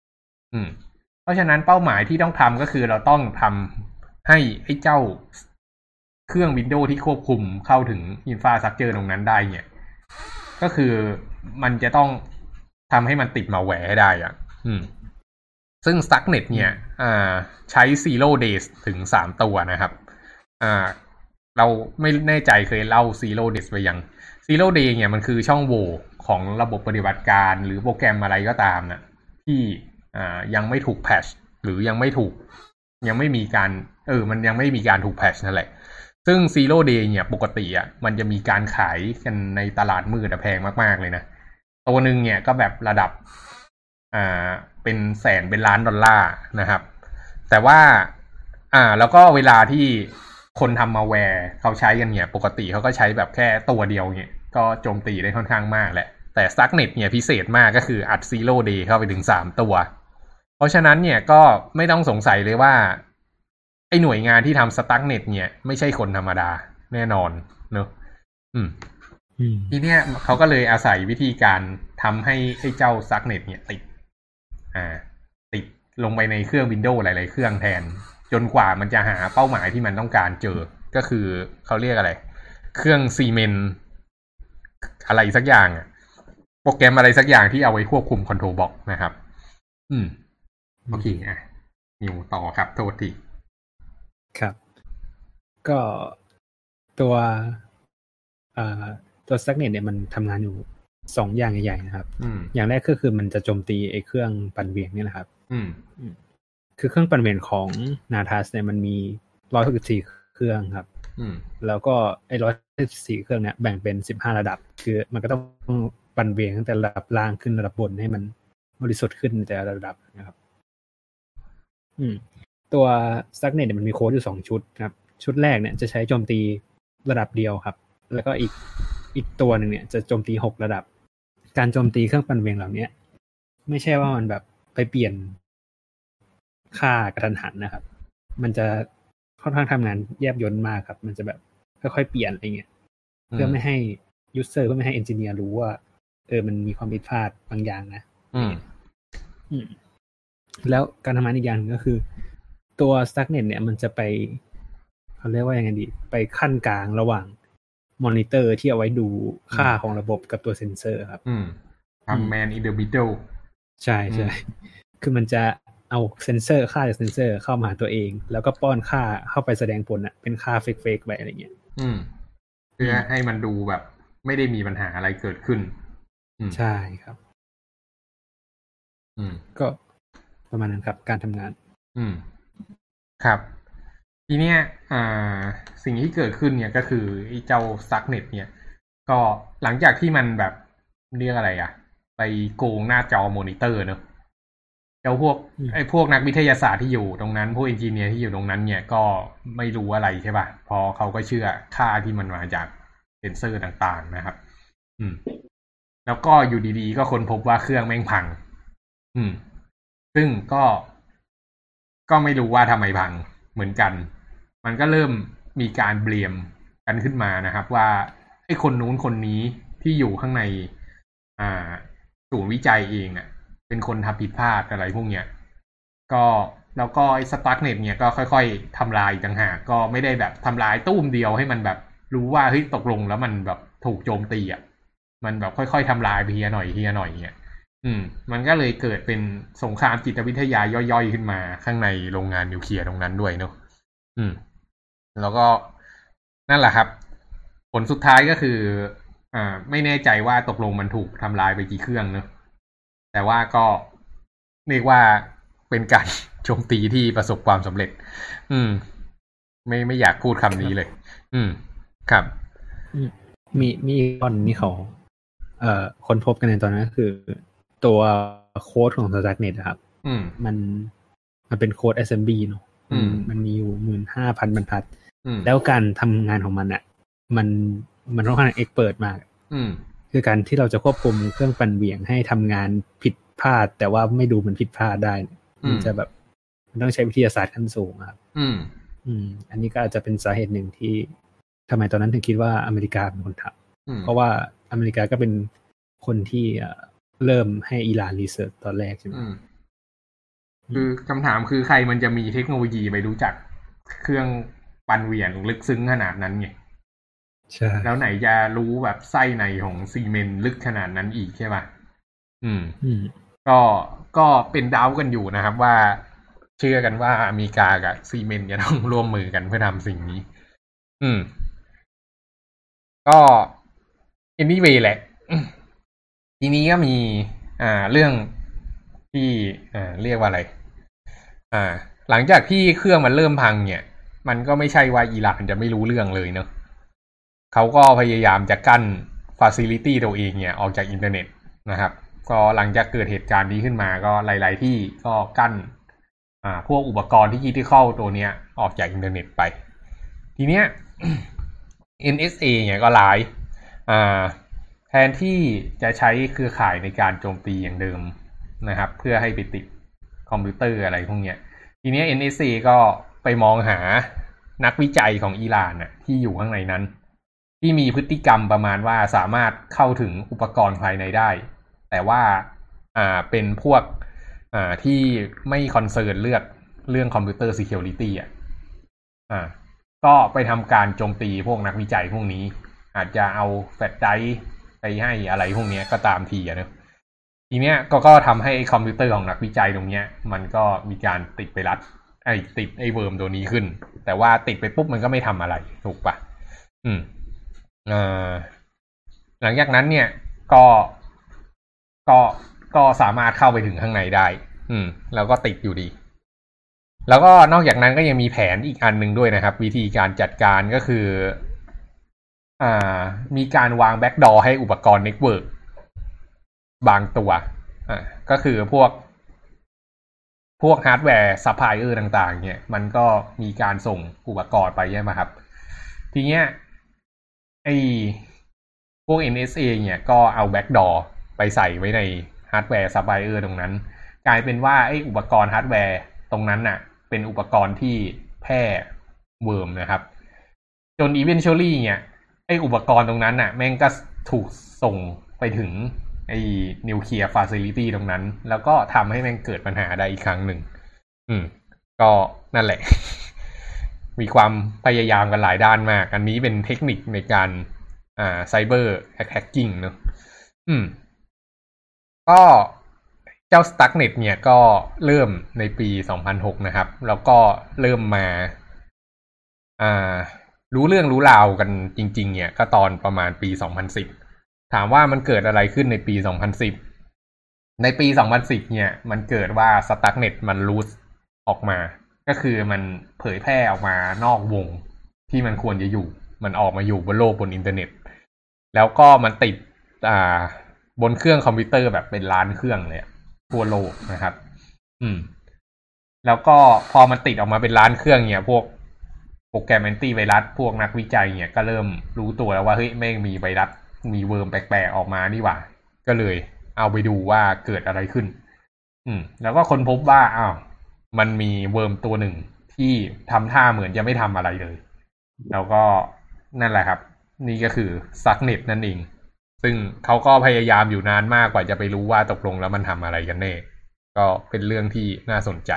อืมเพราะฉะนั้นเป้าหมายที่ต้องทำก็คือเราต้องทำให้ไอ้เจ้าเครื่อง Windows ที่ควบคุมเข้าถึง Infrastructure ตรงนั้นได้เนี่ยก็คือมันจะต้องทำให้มันติดมาแวร์ให้ได้อ่ะอืมซึ่ง Stuxnet เนี่ยอ่าใช้ Zero Days ถึงสามตัวนะครับอ่าเราไม่แน่ใจเคยเล่า Zero Days ไปยัง Zero Day เนี่ยมันคือช่องโหว่ของระบบปฏิบัติการหรือโปรแกรมอะไรก็ตามนะที่อ่ายังไม่ถูกแพทช์หรือยังไม่ถูกยังไม่มีการเออมันยังไม่มีการถูกแพทช์นั่นแหละซึ่ง Zero Day เนี่ยปกติอ่ะมันจะมีการขายกันในตลาดมืดแพงมากๆเลยนะตัวหนึ่งเนี่ยก็แบบระดับอ่าเป็นแสนเป็นล้านดอลลาร์นะครับแต่ว่าอ่าแล้วก็เวลาที่คนทำมาแวร์เขาใช้กันเนี่ยปกติเขาก็ใช้แบบแค่ตัวเดียวเนี่ยก็โจมตีได้ค่อนข้างมากแหละแต่ Stuxnet เนี่ยพิเศษมากก็คืออัด Zero Day เข้าไปถึงสามตัวเพราะฉะนั้นเนี่ยก็ไม่ต้องสงสัยเลยว่าไอ้หน่วยงานที่ทำ Stuxnet เนี่ยไม่ใช่คนธรรมดาแน่นอนเนอะอืมทีเนี้ยเขาก็เลยอาศัยวิธีการทำให้ไอ้เจ้า Stuxnet เนี่ยติดอ่าติดลงไปในเครื่อง Windows หลายๆเครื่องแทนจนกว่ามันจะหาเป้าหมายที่มันต้องการเจอก็คือเขาเรียกอะไรเครื่องซีเมนต์อะไรสักอย่างอ่ะโปรแกรมอะไรสักอย่างที่เอาไว้ควบคุมคอนโทรลบล็อกนะครับอืมโอเคอ่ะนิวต่อครับโทษทีครับก็ตัวอ่าตัว Stuxnet เนี่ยมันทำงานอยู่สองอย่างใหญ่ๆนะครับอย่างแรกก็คือมันจะโจมตีไอ้เครื่องปั่นเวียงนี่แหละครับอืมคือเครื่องปั่นเวียงของ Natas เนี่ยมันมีหนึ่งร้อยหกสิบสี่เครื่องครับอืมแล้วก็ไอ้หนึ่งร้อยหกสิบสี่เครื่องเนี่ยแบ่งเป็นสิบห้าระดับคือมันก็ต้องปั่นเวียงตั้งแต่ระดับล่างขึ้นระดับบนให้มันบริสุทธิ์ขึ้นแต่ละระดับนะครับอืมตัว Stuxnet เนี่ยมันมีโค้ดอยู่สองชุดครับชุดแรกเนี่ยจะใช้โจมตีระดับเดียวครับแล้วก็อีกอีกตัวหนึ่งเนี่ยจะโจมตีหกระดับการโจมตีเครื่องปั่นเวียงเหล่านี้ไม่ใช่ว่ามันแบบไปเปลี่ยนค่ากระทันหันนะครับมันจะค่อนข้างทำงานแยบยลมากครับมันจะแบบค่อยๆเปลี่ยนอะไรเงี้ยเพื่อไม่ให้ยูเซอร์เพื่อไม่ให้เอนจิเนียร์รู้ว่าเออมันมีความผิดพลาดบางอย่างนะอืมอืมแล้วการทำงานอีกอย่างนึงก็คือตัว Stuxnet เนี่ยมันจะไปเขาเรียกว่ายังไงดีไปขั้นกลางระหว่างมอนิเตอร์ที่เอาไว้ดูค่าของระบบกับตัวเซ็นเซอร์ครับอืมทำ man in the middle ใช่ใช่คือมันจะเอาเซ็นเซอร์ค่าจากเซ็นเซอร์เข้ามาหาตัวเองแล้วก็ป้อนค่าเข้าไปแสดงผลอ่ะเป็นค่าเฟกเฟกไปอะไรเงี้ยอืมเพื่อให้มันดูแบบไม่ได้มีปัญหาอะไรเกิดขึ้นใช่ครับอืมก็ประมาณนั้นครับการทำงานอืมครับทีเนี้ยอ่าสิ่งที่เกิดขึ้นเนี่ยก็คือไอ้เจ้า Stuxnet เนี่ยก็หลังจากที่มันแบบเรียกอะไรอ่ะไปโกงหน้าจอมอนิเตอร์เนอะเจ้าพวกไอ้พวกนักวิทยาศาสตร์ที่อยู่ตรงนั้นพวกเอนจิเนียร์ที่อยู่ตรงนั้นเนี่ยก็ไม่รู้อะไรใช่ป่ะพอเขาก็เชื่อค่าที่มันมาจากเซนเซอร์ต่างๆนะครับอืมแล้วก็อยู่ดีๆก็ค้นพบว่าเครื่องแม่งพังอืมซึ่งก็ก็ไม่รู้ว่าทำไมพังเหมือนกันมันก็เริ่มมีการเบลียมกันขึ้นมานะครับว่าไอ้คนนู้นคนนี้ที่อยู่ข้างในอ่าศูนย์วิจัยเองอ่ะเป็นคนทำผิดพลาดอะไรพวกเนี้ยก็แล้วก็ไอ้ Stuxnet เนี่ยก็ค่อยๆทำลายต่างหากก็ไม่ได้แบบทำลายตู้มเดียวให้มันแบบรู้ว่าเฮ้ยตกลงแล้วมันแบบถูกโจมตีอ่ะมันแบบค่อยๆทำลายไปทีละหน่อยทีละหน่อยเนี่ยอืมมันก็เลยเกิดเป็นสงครามจิตวิทยาย่อยๆขึ้นมาข้างในโรงงานนิวเคลียร์ตรงนั้นด้วยเนอะอืมแล้วก็นั่นแหละครับผลสุดท้ายก็คืออ่าไม่แน่ใจว่าตกลงมันถูกทำลายไปกี่เครื่องเนอะแต่ว่าก็เรียกว่าเป็นการโจมตีที่ประสบความสำเร็จอืมไม่ไม่อยากพูดคำนี้เลยอืมครับมีมีตอนนี้เขาเอ่อค้นพบกันในตอนนั้นก็คือตัวโค้ดของ Stuxnet ครับอืมมันมันเป็นโค้ด เอส เอ็ม บี เนาะอืมมันมีอยู่ หนึ่งหมื่นห้าพัน บรรทัดแล้วการทำงานของมันอ่ะมันมันค่อนข้างเอ็กเปิร์ทมากอืมคือการที่เราจะควบคุมเครื่องปั่นเบี่ยงให้ทำงานผิดพลาดแต่ว่าไม่ดูมันผิดพลาดได้มันจะแบบมันต้องใช้วิทยาศาสตร์ขั้นสูงครับอืมอืมอันนี้ก็อาจจะเป็นสาเหตุหนึ่งที่ทำไมตอนนั้นถึงคิดว่าอเมริกาเป็นคนทำเพราะว่าอเมริกาก็เป็นคนที่เริ่มให้อิหร่านรีเสิร์ชตอนแรกใช่ไหมคือคำถามคือใครมันจะมีเทคโนโลยีไปรู้จักเครื่องปั่นเหวี่ยงลึกซึ้งขนาดนั้นไงใช่แล้วไหนจะรู้แบบไส้ในของซีเมนต์ลึกขนาดนั้นอีกใช่ป่ะอืมอืมก็ก็เป็นดาวกันอยู่นะครับว่าเชื่อกันว่าอเมริกากับซีเมนต์จะต้องร่วมมือกันเพื่อทำสิ่งนี้ อืม ก็ anyway แหละ ทีนี้ก็มี อ่า เรื่องที่ อ่า เรียกว่าอะไร อ่า หลังจากที่เครื่องมันเริ่มพังเนี่ย มันก็ไม่ใช่ว่าอิหร่านจะไม่รู้เรื่องเลยเนาะเขาก็พยายามจะกั้น facility ตัวเองเนี่ยออกจากอินเทอร์เน็ตนะครับ ก็หลังจากเกิดเหตุการณ์นี้ขึ้นมาก็หลายๆที่ก็กั้น อ่า พวกอุปกรณ์ที่คิดที่เข้าตัวเนี้ยออกจากอินเทอร์เน็ตไป ทีเนี้ย เอ็น เอส เอ เนี่ยก็หลาย อ่า แทนที่จะใช้เครือข่ายในการโจมตีอย่างเดิมนะครับเพื่อให้ไปติดคอมพิวเตอร์อะไรพวกเนี้ยทีนี้ เอ็น เอส เอ ก็ไปมองหานักวิจัยของอิหร่านน่ะที่อยู่ข้างในนั้นที่มีพฤติกรรมประมาณว่าสามารถเข้าถึงอุปกรณ์ภายในได้แต่ว่าอ่าเป็นพวกอ่าที่ไม่คอนเซิร์นเลือกเรื่องคอมพิวเตอร์ security อ่ะอ่าก็ไปทำการโจมตีพวกนักวิจัยพวกนี้อาจจะเอาแฟลชไดรฟ์ไปให้อะไรพวกนี้ก็ตามทีอ่ะเนอะทีเนี้ยก็ก็ทำให้คอมพิวเตอร์ของนักวิจัยตรงเนี้ยมันก็มีการติดไปรัดไอ้ติดไอ้เวิร์มตัวนี้ขึ้นแต่ว่าติดไปปุ๊บมันก็ไม่ทำอะไรถูกปะอืมเอ่อหลังจากนั้นเนี่ยก็ก็ก็สามารถเข้าไปถึงข้างในได้อืมแล้วก็ติดอยู่ดีแล้วก็นอกจากนั้นก็ยังมีแผนอีกอันนึงด้วยนะครับวิธีการจัดการก็คืออ่ามีการวางแบ็กดอร์ให้อุปกรณ์เน็ตเวิร์กบางตัวอ่าก็คือพวกพวกฮาร์ดแวร์ซัพพลายเออร์ต่างๆเนี่ยมันก็มีการส่งอุปกรณ์ไปใช่ไหมครับทีเนี้ยไอพวก เอ็น เอส เอ เนี่ยก็เอาแบ็กดอร์ไปใส่ไว้ในฮาร์ดแวร์ซัพพลายเออร์ตรงนั้นกลายเป็นว่าไออุปกรณ์ฮาร์ดแวร์ตรงนั้นน่ะเป็นอุปกรณ์ที่แพร่เวิร์มนะครับจน eventually เนี่ยไออุปกรณ์ตรงนั้นน่ะแม่งก็ถูกส่งไปถึงไอ้นิวเคลียร์ฟาซิลิตี้ตรงนั้นแล้วก็ทำให้แม่งเกิดปัญหาได้อีกครั้งหนึ่งอืมก็นั่นแหละ มีความพยายามกันหลายด้านมากอันนี้เป็นเทคนิคในการอ่าไซเบอร์แฮกกิ้งเนอะอืมก็เจ้า Stuxnet เนี่ยก็เริ่มในปีสองพันหกนะครับแล้วก็เริ่มมาอ่ารู้เรื่องรู้ราวกันจริงๆเนี่ยก็ตอนประมาณปีสองพันสิบถามว่ามันเกิดอะไรขึ้นในปีสองพันสิบในปีสองพันสิบเนี่ยมันเกิดว่า Stuxnet มันรูทออกมาก็คือมันเผยแพร่ออกมานอกวงที่มันควรจะอยู่มันออกมาอยู่บนโลกบนอินเทอร์เน็ตแล้วก็มันติดอ่าบนเครื่องคอมพิวเตอร์แบบเป็นล้านเครื่องเลยทั่วโลกนะครับอืมแล้วก็พอมันติดออกมาเป็นล้านเครื่องเนี่ยพวกโปรแกรมแอนตี้ไวรัสพวกนักวิจัยเนี่ยก็เริ่มรู้ตัวแล้วว่าเฮ้ยแม่งมีไวรัสมีเวิร์มแปลกๆออกมานี่หว่าก็เลยเอาไปดูว่าเกิดอะไรขึ้นอืมแล้วก็ค้นพบว่าอ้าวมันมีเวิร์มตัวหนึ่งที่ทำท่าเหมือนจะไม่ทำอะไรเลยแล้วก็นั่นแหละครับนี่ก็คือ Stuxnet นั่นเองซึ่งเขาก็พยายามอยู่นานมากกว่าจะไปรู้ว่าตกลงแล้วมันทำอะไรกันแน่ก็เป็นเรื่องที่น่าสนใจ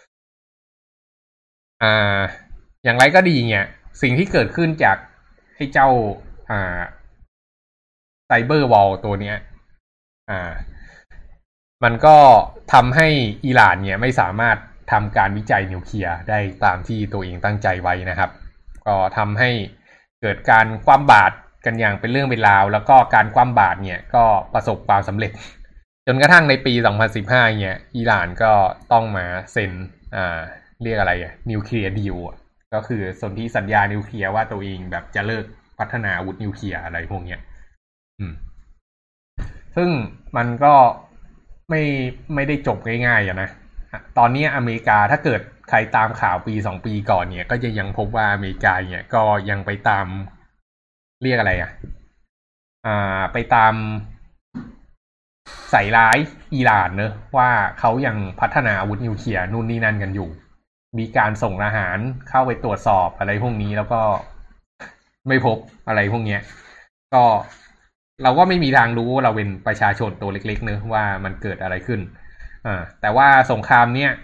อ่าอย่างไรก็ดีเนี่ยสิ่งที่เกิดขึ้นจากให้เจ้าอ่าไซเบอร์วอลตัวเนี้ยอ่ามันก็ทำให้อิหร่านเนี่ยไม่สามารถทำการวิจัยนิวเคลียร์ได้ตามที่ตัวเองตั้งใจไว้นะครับก็ทำให้เกิดการคว่ำบาตรกันอย่างเป็นเรื่องเป็นราวแล้วก็การคว่ำบาตรเนี่ยก็ประสบความสำเร็จจนกระทั่งในปีสองพันสิบห้าเนี่ยอิหร่านก็ต้องมาเซ็นอ่าเรียกอะไรอะนิวเคลียร์ดีลก็คือสนธิสัญญานิวเคลียร์ว่าตัวเองแบบจะเลิกพัฒนาอาวุธนิวเคลียร์อะไรพวกเนี้ยอืมซึ่งมันก็ไม่ไม่ได้จบง่ายๆอ่ะนะตอนนี้อเมริกาถ้าเกิดใครตามข่าวปีสองปีก่อนเนี่ยก็จะยังพบว่าอเมริกาเนี่ยก็ยังไปตามเรียกอะไรอ่ะอ่าไปตามใส่ร้ายอิหร่านเนอะว่าเขายังพัฒนาอาวุธนิวเคลียร์นู่นนี่นั่นกันอยู่มีการส่งทหารเข้าไปตรวจสอบอะไรพวกนี้แล้วก็ไม่พบอะไรพวกเนี้ยก็เราก็ไม่มีทางรู้เราเป็นประชาชนตัวเล็กๆเนอะว่ามันเกิดอะไรขึ้นอ่าแต่ว่าสงครามเนี้ย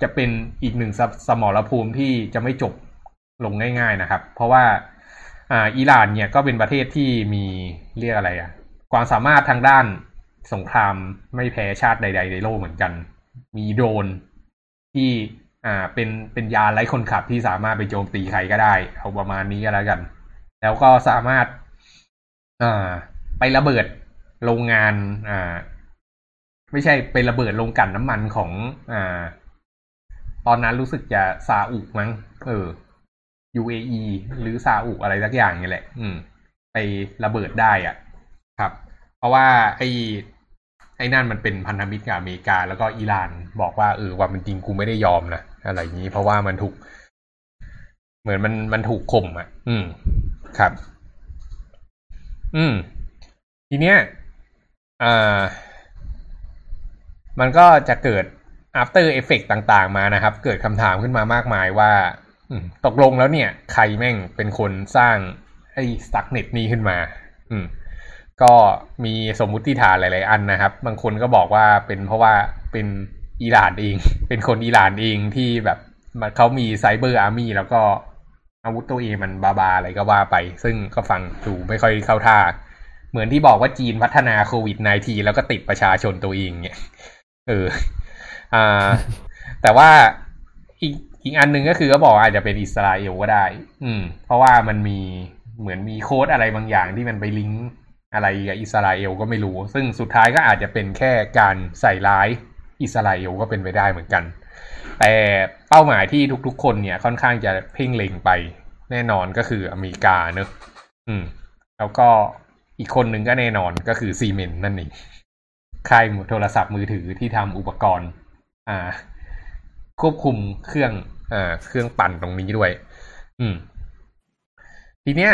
จะเป็นอีกหนึ่งสสมรภูมิที่จะไม่จบลงง่ายๆนะครับเพราะว่าอ่าอิหร่านเนี่ยก็เป็นประเทศที่มีเรียกอะไรอ่ะความสามารถทางด้านสงครามไม่แพ้ชาติใดๆในโลกเหมือนกันมีโดรนที่อ่าเป็นเป็นยานไร้คนขับที่สามารถไปโจมตีใครก็ได้เอาประมาณนี้ก็แล้วกันแล้วก็สามารถอ่าไประเบิดโรงงานอ่าไม่ใช่ไประเบิดโรงกลั่นน้ำมันของอ่าตอนนั้นรู้สึกจะซาอุมั้งเออ ยู เอ อี หรือซาอุอะไรสักอย่างนี่แหละอืมไประเบิดได้อ่ะครับเพราะว่าไอ้ไอ้นั่นมันเป็นพันธมิตรกับอเมริกาแล้วก็อิหร่านบอกว่าเออว่ามันจริงกูไม่ได้ยอมนะอะไรอย่างนี้เพราะว่ามันถูกเหมือนมันมันถูกข่มอ่ะอืมครับอืมทีเนี้ยอ่ามันก็จะเกิด after effect ต่างๆมานะครับเกิดคำถามขึ้นมามากมายว่าตกลงแล้วเนี่ยใครแม่งเป็นคนสร้างไอ้ Stuxnet นี้ขึ้นมาอืมก็มีสมมุติฐานหลายๆอันนะครับบางคนก็บอกว่าเป็นเพราะว่าเป็นอิหร่านเองเป็นคนอิหร่านเองที่แบบเขามีไซเบอร์อาร์มี่แล้วก็อาวุธตัวเองมันบาบาอะไรก็ว่าไปซึ่งก็ฟังดูไม่ค่อยเข้าท่าเหมือนที่บอกว่าจีนพัฒนาโควิด สิบเก้า แล้วก็ติดประชาชนตัวเองเนี่ยเอออ่าแต่ว่าอีกอีกอันนึงก็คือก็บอกอาจจะเป็นอิสราเอลก็ได้อืมเพราะว่ามันมีเหมือนมีโค้ดอะไรบางอย่างที่มันไปลิงก์อะไรกับอิสราเอลก็ไม่รู้ซึ่งสุดท้ายก็อาจจะเป็นแค่การใส่ร้ายอิสราเอลก็เป็นไปได้เหมือนกันแต่เป้าหมายที่ทุกๆคนเนี่ยค่อนข้างจะเพ่งเล็งไปแน่นอนก็คืออเมริกาเนอะอืมแล้วก็อีกคนหนึ่งก็แน่นอนก็คือซีเมนต์นั่นเองค่ายโทรศัพท์มือถือที่ทำอุปกรณ์อ่าควบคุมเครื่องอ่าเครื่องปั่นตรงนี้ด้วยอืมทีเนี้ย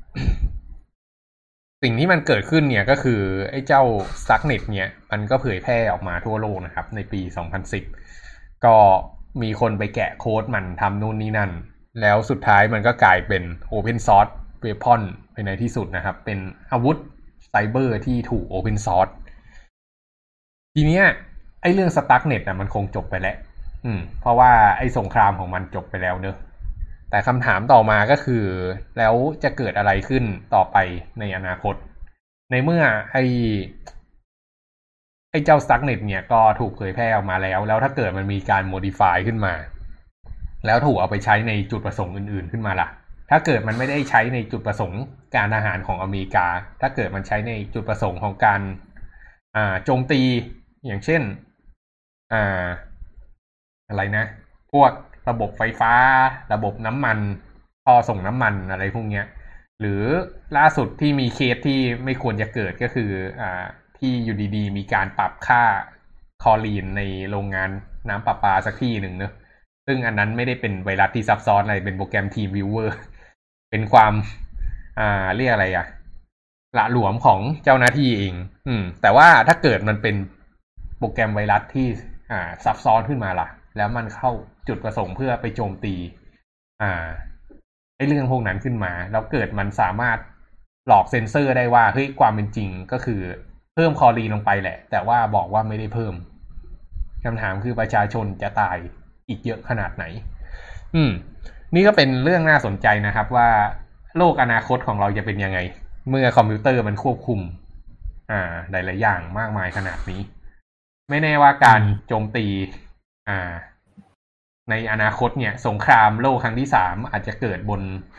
สิ่งที่มันเกิดขึ้นเนี่ยก็คือไอ้เจ้า Stuxnet เนี่ยมันก็เผยแพร่ออกมาทั่วโลกนะครับในปีสองพันสิบก็มีคนไปแกะโค้ดมันทำนู่นนี่นั่นแล้วสุดท้ายมันก็กลายเป็น Open Source Weapon ไปในที่สุดนะครับเป็นอาวุธไซเบอร์ที่ถูก Open Source ทีเนี้ยไอ้เรื่อง Stuxnet อ่ะมันคงจบไปแล้วอืมเพราะว่าไอ้สงครามของมันจบไปแล้วเนอะแต่คำถามต่อมาก็คือแล้วจะเกิดอะไรขึ้นต่อไปในอนาคตในเมื่อไอ้ไอ้เจ้า Stuxnet เนี่ยก็ถูกเผยแพร่ออกมาแล้วแล้วถ้าเกิดมันมีการ modify ขึ้นมาแล้วถูกเอาไปใช้ในจุดประสงค์อื่นๆขึ้นมาล่ะถ้าเกิดมันไม่ได้ใช้ในจุดประสงค์การอาหารของอเมริกาถ้าเกิดมันใช้ในจุดประสงค์ของการอ่าโจมตีอย่างเช่นอ่าอะไรนะพวกระบบไฟฟ้าระบบน้ำมันท่อส่งน้ำมันอะไรพวกเนี้ยหรือล่าสุดที่มีเคสที่ไม่ควรจะเกิดก็คืออ่าที่อยู่ดีๆมีการปรับค่าคลอรีนในโรงงานน้ำประปาสักที่หนึ่งเนอะซึ่งอันนั้นไม่ได้เป็นไวรัสที่ซับซ้อนอะไรเป็นโปรแกรมทีมวิวเวอร์เป็นความอ่าเรียกอะไรอะละหลวมของเจ้าหน้าที่เองอืมแต่ว่าถ้าเกิดมันเป็นโปรแกรมไวรัสที่อ่าซับซ้อนขึ้นมาล่ะแล้วมันเข้าจุดประสงค์เพื่อไปโจมตีอ่าไอ้เรื่องพวกนั้นขึ้นมาแล้วเกิดมันสามารถหลอกเซ็นเซอร์ได้ว่าเฮ้ยความเป็นจริงก็คือเพิ่มคลอรีนลงไปแหละแต่ว่าบอกว่าไม่ได้เพิ่มคำถามคือประชาชนจะตายอีกเยอะขนาดไหนอืมนี่ก็เป็นเรื่องน่าสนใจนะครับว่าโลกอนาคตของเราจะเป็นยังไงเมื่อคอมพิวเตอร์มันควบคุมอ่าหลายๆอย่างมากมายขนาดนี้ไม่แน่ว่าการโจมตีอ่าในอนาคตเนี่ยสงครามโลกครั้งที่สามอาจจะเกิดบน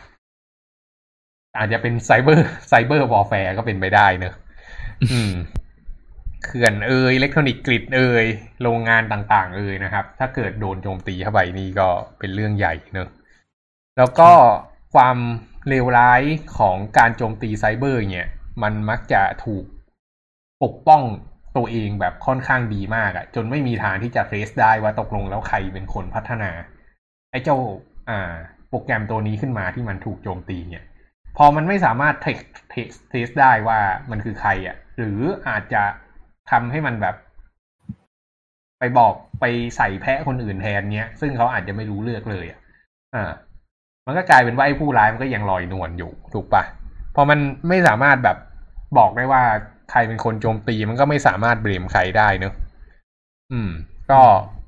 อาจจะเป็นไซเบอร์ไซเบอร์วอร์แฟร์ก็เป็นไปได้เนอะอืมเขื่อนเอ่ยอิเล็กทรอนิกส์กริดเอ่ยโรงงานต่างๆเอ่ยนะครับถ้าเกิดโดนโจมตีเข้าไปนี่ก็เป็นเรื่องใหญ่เนอะแล้วก็ความเลวร้ายของการโจมตีไซเบอร์เนี่ยมันมักจะถูกปกป้องตัวเองแบบค่อนข้างดีมากอะจนไม่มีทางที่จะเทรสได้ว่าตกลงแล้วใครเป็นคนพัฒนาไอ้เจ้าอ่าโปรแกรมตัวนี้ขึ้นมาที่มันถูกโจมตีเนี่ยพอมันไม่สามารถเทรสเทรสได้ว่ามันคือใครอะหรืออาจจะทำให้มันแบบไปบอกไปใส่แพะคนอื่นแทนเนี้ยซึ่งเขาอาจจะไม่รู้เลือกเลยอ่ะอ่ามันก็กลายเป็นว่าไอ้ผู้ร้ายมันก็ยังลอยนวลอยู่ถูกปะพอมันไม่สามารถแบบบอกได้ว่าใครเป็นคนโจมตีมันก็ไม่สามารถเบรมใครได้เนอะอืมก็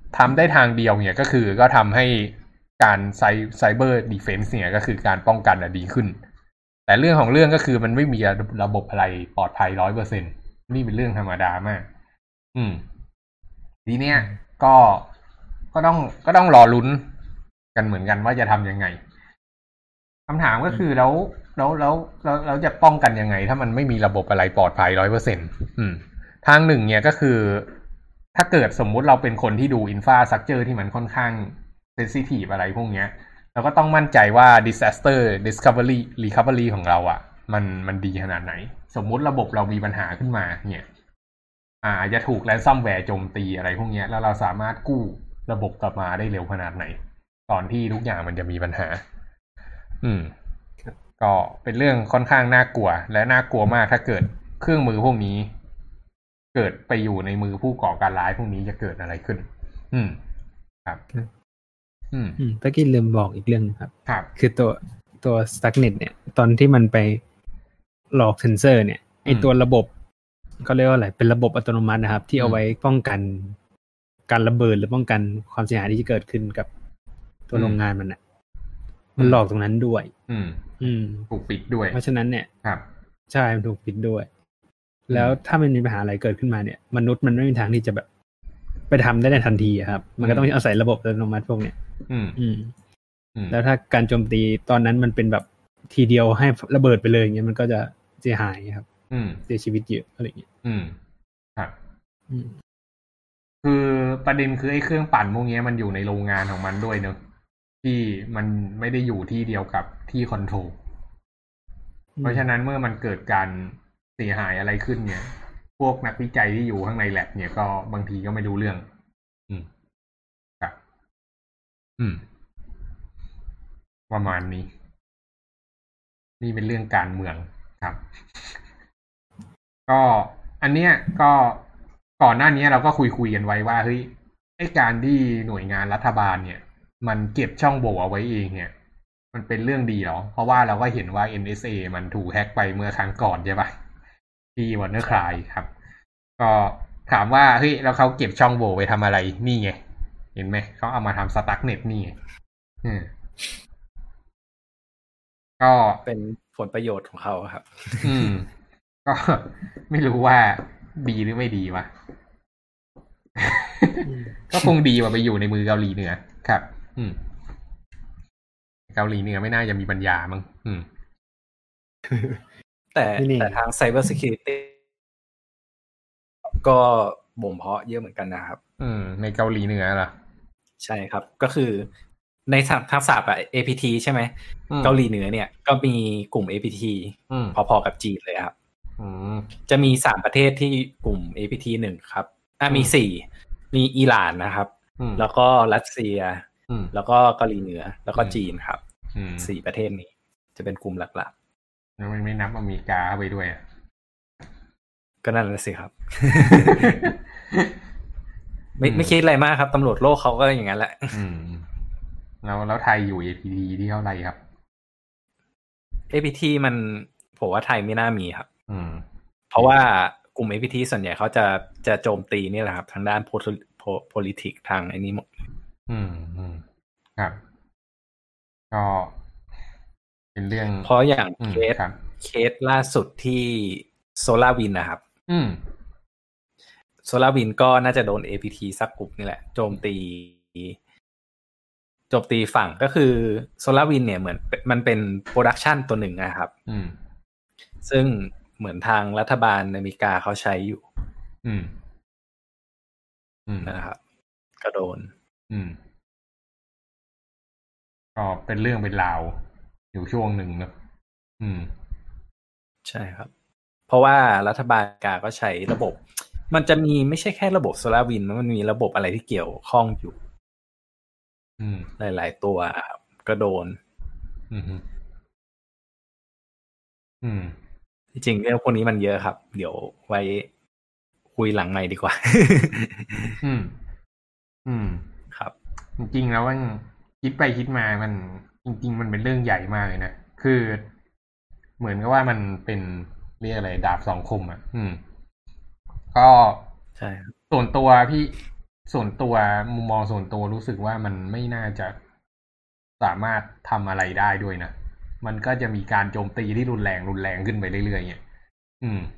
ทำได้ทางเดียวเนี่ยก็คือก็ทำให้การไซไซเบอร์ดีเฟนซ์เนี่ยก็คือการป้องกันดีขึ้นแต่เรื่องของเรื่องก็คือมันไม่มีระบบอะไรปลอดภัย ร้อยเปอร์เซ็นต์ นี่เป็นเรื่องธรรมดามากอืมทีเนี้ยก็ก็ต้องก็ต้องรอลุ้นกันเหมือนกันว่าจะทำยังไงคำถามก็คือแล้วแล้วแล้วแล้วเราจะป้องกันยังไงถ้ามันไม่มีระบบอะไรปลอดภัย ร้อยเปอร์เซ็นต์ อืมทางหนึ่งเนี่ยก็คือถ้าเกิดสมมุติเราเป็นคนที่ดูอินฟราสตรัคเจอร์ที่มันค่อนข้างเซนซิทีฟอะไรพวกเนี้ยเราก็ต้องมั่นใจว่า disaster discovery recovery ของเราอ่ะมันมันดีขนาดไหนสมมุติระบบเรามีปัญหาขึ้นมาเนี่ยอ่าอาจจะถูก ransomware โจมตีอะไรพวกเนี้ยแล้วเราสามารถกู้ระบบกลับมาได้เร็วขนาดไหนตอนที่ทุกอย่างมันจะมีปัญหาอืมก็เป็นเรื่องค่อนข้างน่ากลัวและน่ากลัวมากถ้าเกิดเครื่องมือพวกนี้เกิดไปอยู่ในมือผู้ก่อการร้ายพวกนี้จะเกิดอะไรขึ้นอืมครับอืมอืมตะกี้ลืมบอกอีกเรื่องครับครับคือตัวตัว Stuxnet เนี่ยตอนที่มันไปหลอกเซนเซอร์เนี่ยไอตัวระบบก็เรียกว่าอะไรเป็นระบบอัตโนมัตินะครับที่เอาไว้ป้องกันการระเบิดหรือป้องกันความเสียหายที่จะเกิดขึ้นกับตัวโรงงานมันน่ะมันหลอกตรงนั้นด้วยอืมอืมถูกปิดด้วยเพราะฉะนั้นเนี่ยครับใช่มันถูกปิดด้วยแล้วถ้ามันมีปัญหาอะไรเกิดขึ้นมาเนี่ยมนุษย์มันไม่มีทางที่จะแบบไปทำได้ในทันทีครับมันก็ต้องอาศัยระบบอัตโนมัติพวกเนี้ยอืมอืมแล้วถ้าการโจมตีตอนนั้นมันเป็นแบบทีเดียวให้ระเบิดไปเลยอย่างเงี้ยมันก็จะเสียหายครับอืมเสียชีวิตเยอะอะไรอย่างเงี้ยอืมครับอืมคือประเด็นคือไอ้เครื่องปั่นพวกนี้มันอยู่ในโรงงานของมันด้วยเนอะที่มันไม่ได้อยู่ที่เดียวกับที่คอนโทรลเพราะฉะนั้นเมื่อมันเกิดการเสียหายอะไรขึ้นเนี่ยพวกนักวิจัยที่อยู่ข้างในแลบเนี่ยก็บางทีก็ไม่รู้เรื่องอืมครับอืมประมาณนี้นี่เป็นเรื่องการเมืองครับก็อันเนี้ยก็ก่อนหน้านี้เราก็คุยคุยกันไว้ว่าเฮ้ยไอ้การที่หน่วยงานรัฐบาลเนี่ยมันเก็บช่องโหว่เอาไว้เองเนี่ยมันเป็นเรื่องดีหรอเพราะว่าเราก็เห็นว่า เอ็น เอส เอ มันถูกแฮ็กไปเมื่อครั้งก่อนใช่ปะที่วอร์เนอร์คลายครับก็ถามว่าเฮ้ยแล้วเขาเก็บช่องโหว่ไว้ทำอะไรนี่ไงเห็นไหมเขาเอามาทำสตั๊กเน็ตนี่อืมก็เป็นผลประโยชน์ของเขาครับอืมก็ไม่รู้ว่าดีหรือไม่ดีวะก็คงดีกว่าไปอยู่ในมือเกาหลีเหนือครับอืมเกาหลีเหนือไม่น่าจะมีปัญญามั้งอืมแต่แต่ทาง Cyber Security ก็บ่มเพาะเยอะเหมือนกันนะครับอืมในเกาหลีเหนือเหรอใช่ครับก็คือในทักษะแบบ เอ พี ที ใช่ไหมเกาหลีเหนือเนี่ยก็มีกลุ่ม เอ พี ที พอๆกับจีนเลยครับจะมีสามประเทศที่กลุ่ม เอ พี ที หนึ่งครับอ่ะมีสี่มีอิหร่านนะครับแล้วก็รัสเซียแล้วก็เกาหลีเหนือแล้วก็จีนครับสี่ประเทศนี้จะเป็นกลุ่มหลักๆแล้วไม่นับอเมริกาเข้าไปด้วยอ่ะก็นั่นแหละสิครับ ไม่ไม่คิดอะไรมากครับตำรวจโลกเขาก็อย่างนั้นแหละอืมแล้วแล้วไทยอยู่ เอ พี ที ที่เท่าไหร่ครับเอ พี ที มันผมว่าไทยไม่น่ามีครับอืมเพราะว่ากลุ่ม เอ พี ที ส่วนใหญ่เขาจะจะโจมตีนี่แหละครับทางด้าน politics ทางไอ้นี้หมดอืมอืมครับก็เป็นเรื่องเพราะอย่างเคสเคสล่าสุดที่โซลาวินนะครับอืมโซลาวินก็น่าจะโดน เอ พี ที สักกลุ่มนี่แหละโจมตีโจมตีฝั่งก็คือโซลาวินเนี่ยเหมือนมันเป็นโปรดักชันตัวหนึ่งนะครับอืมซึ่งเหมือนทางรัฐบาลอเมริกาเขาใช้อยู่อืมอืมนะครับก็โดนอืมก็เป็นเรื่องเป็นราวอยู่ช่วงหนึ่งนะอืมใช่ครับเพราะว่ารัฐบาลอเมริกาก็ใช้ระบบมันจะมีไม่ใช่แค่ระบบโซลาร์วินมันมีระบบอะไรที่เกี่ยวข้องอยู่อืมหลายๆตัวก็โดนอืมอืมจริงๆเรื่องพวกนี้มันเยอะครับเดี๋ยวไว้คุยหลังใหม่ดีกว่าอืมอืมครับจริงๆแล้วมันคิดไปคิดมามันจริงๆมันเป็นเรื่องใหญ่มากเลยนะคือเหมือนกับว่ามันเป็นเรียกอะไรดาบสองคมอ่ะอืมก็ใช่ส่วนตัวพี่ส่วนตัวมุมมองส่วนตัวรู้สึกว่ามันไม่น่าจะสามารถทำอะไรได้ด้วยนะมันก็จะมีการโจมตีที่รุนแรงรุนแรงขึ้นไปเรื่อยๆเนี่ยอืม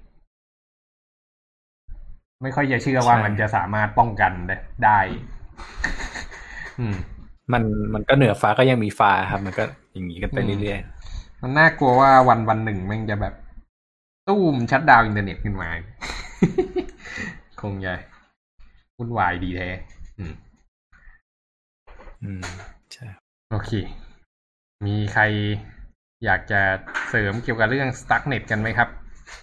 ไม่ค่อยจะเชื่อว่ามันจะสามารถป้องกันได้ อืมมันมันก็เหนือฟ้าก็ยังมีฟ้าครับมันก็อย่างนี้กันไปเรื่อยๆมันน่ากลัวว่าวันวันหนึ่งมันจะแบบตู้มชัตดาวน์อินเทอร์เน็ตขึ้นมาคงจะวุ่นวายดีแท้อืมอืมใช่โอเคมีใครอยากจะเสริมเกี่ยวกับเรื่อง Stuxnet กันไหมครับ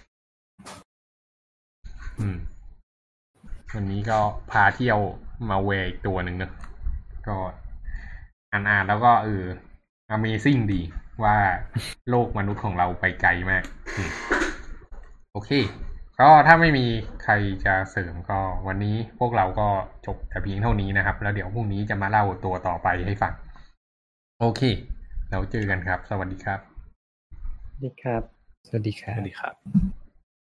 อืมวันนี้ก็พาเที่ยวมาเวอีกตัวหนึ่งเนอะก็อ่านๆแล้วก็เออ Amazing ดีว่าโลกมนุษย์ของเราไปไกลมากโอเคก็ถ้าไม่มีใครจะเสริมก็วันนี้พวกเราก็จบแต่เพียงเท่านี้นะครับแล้วเดี๋ยวพรุ่งนี้จะมาเล่าตัวต่อไปให้ฟังโอเคแล้วเจอกันครับสวัสดีครับสวัสดีครับสวัสดีครับสวัสดีครับ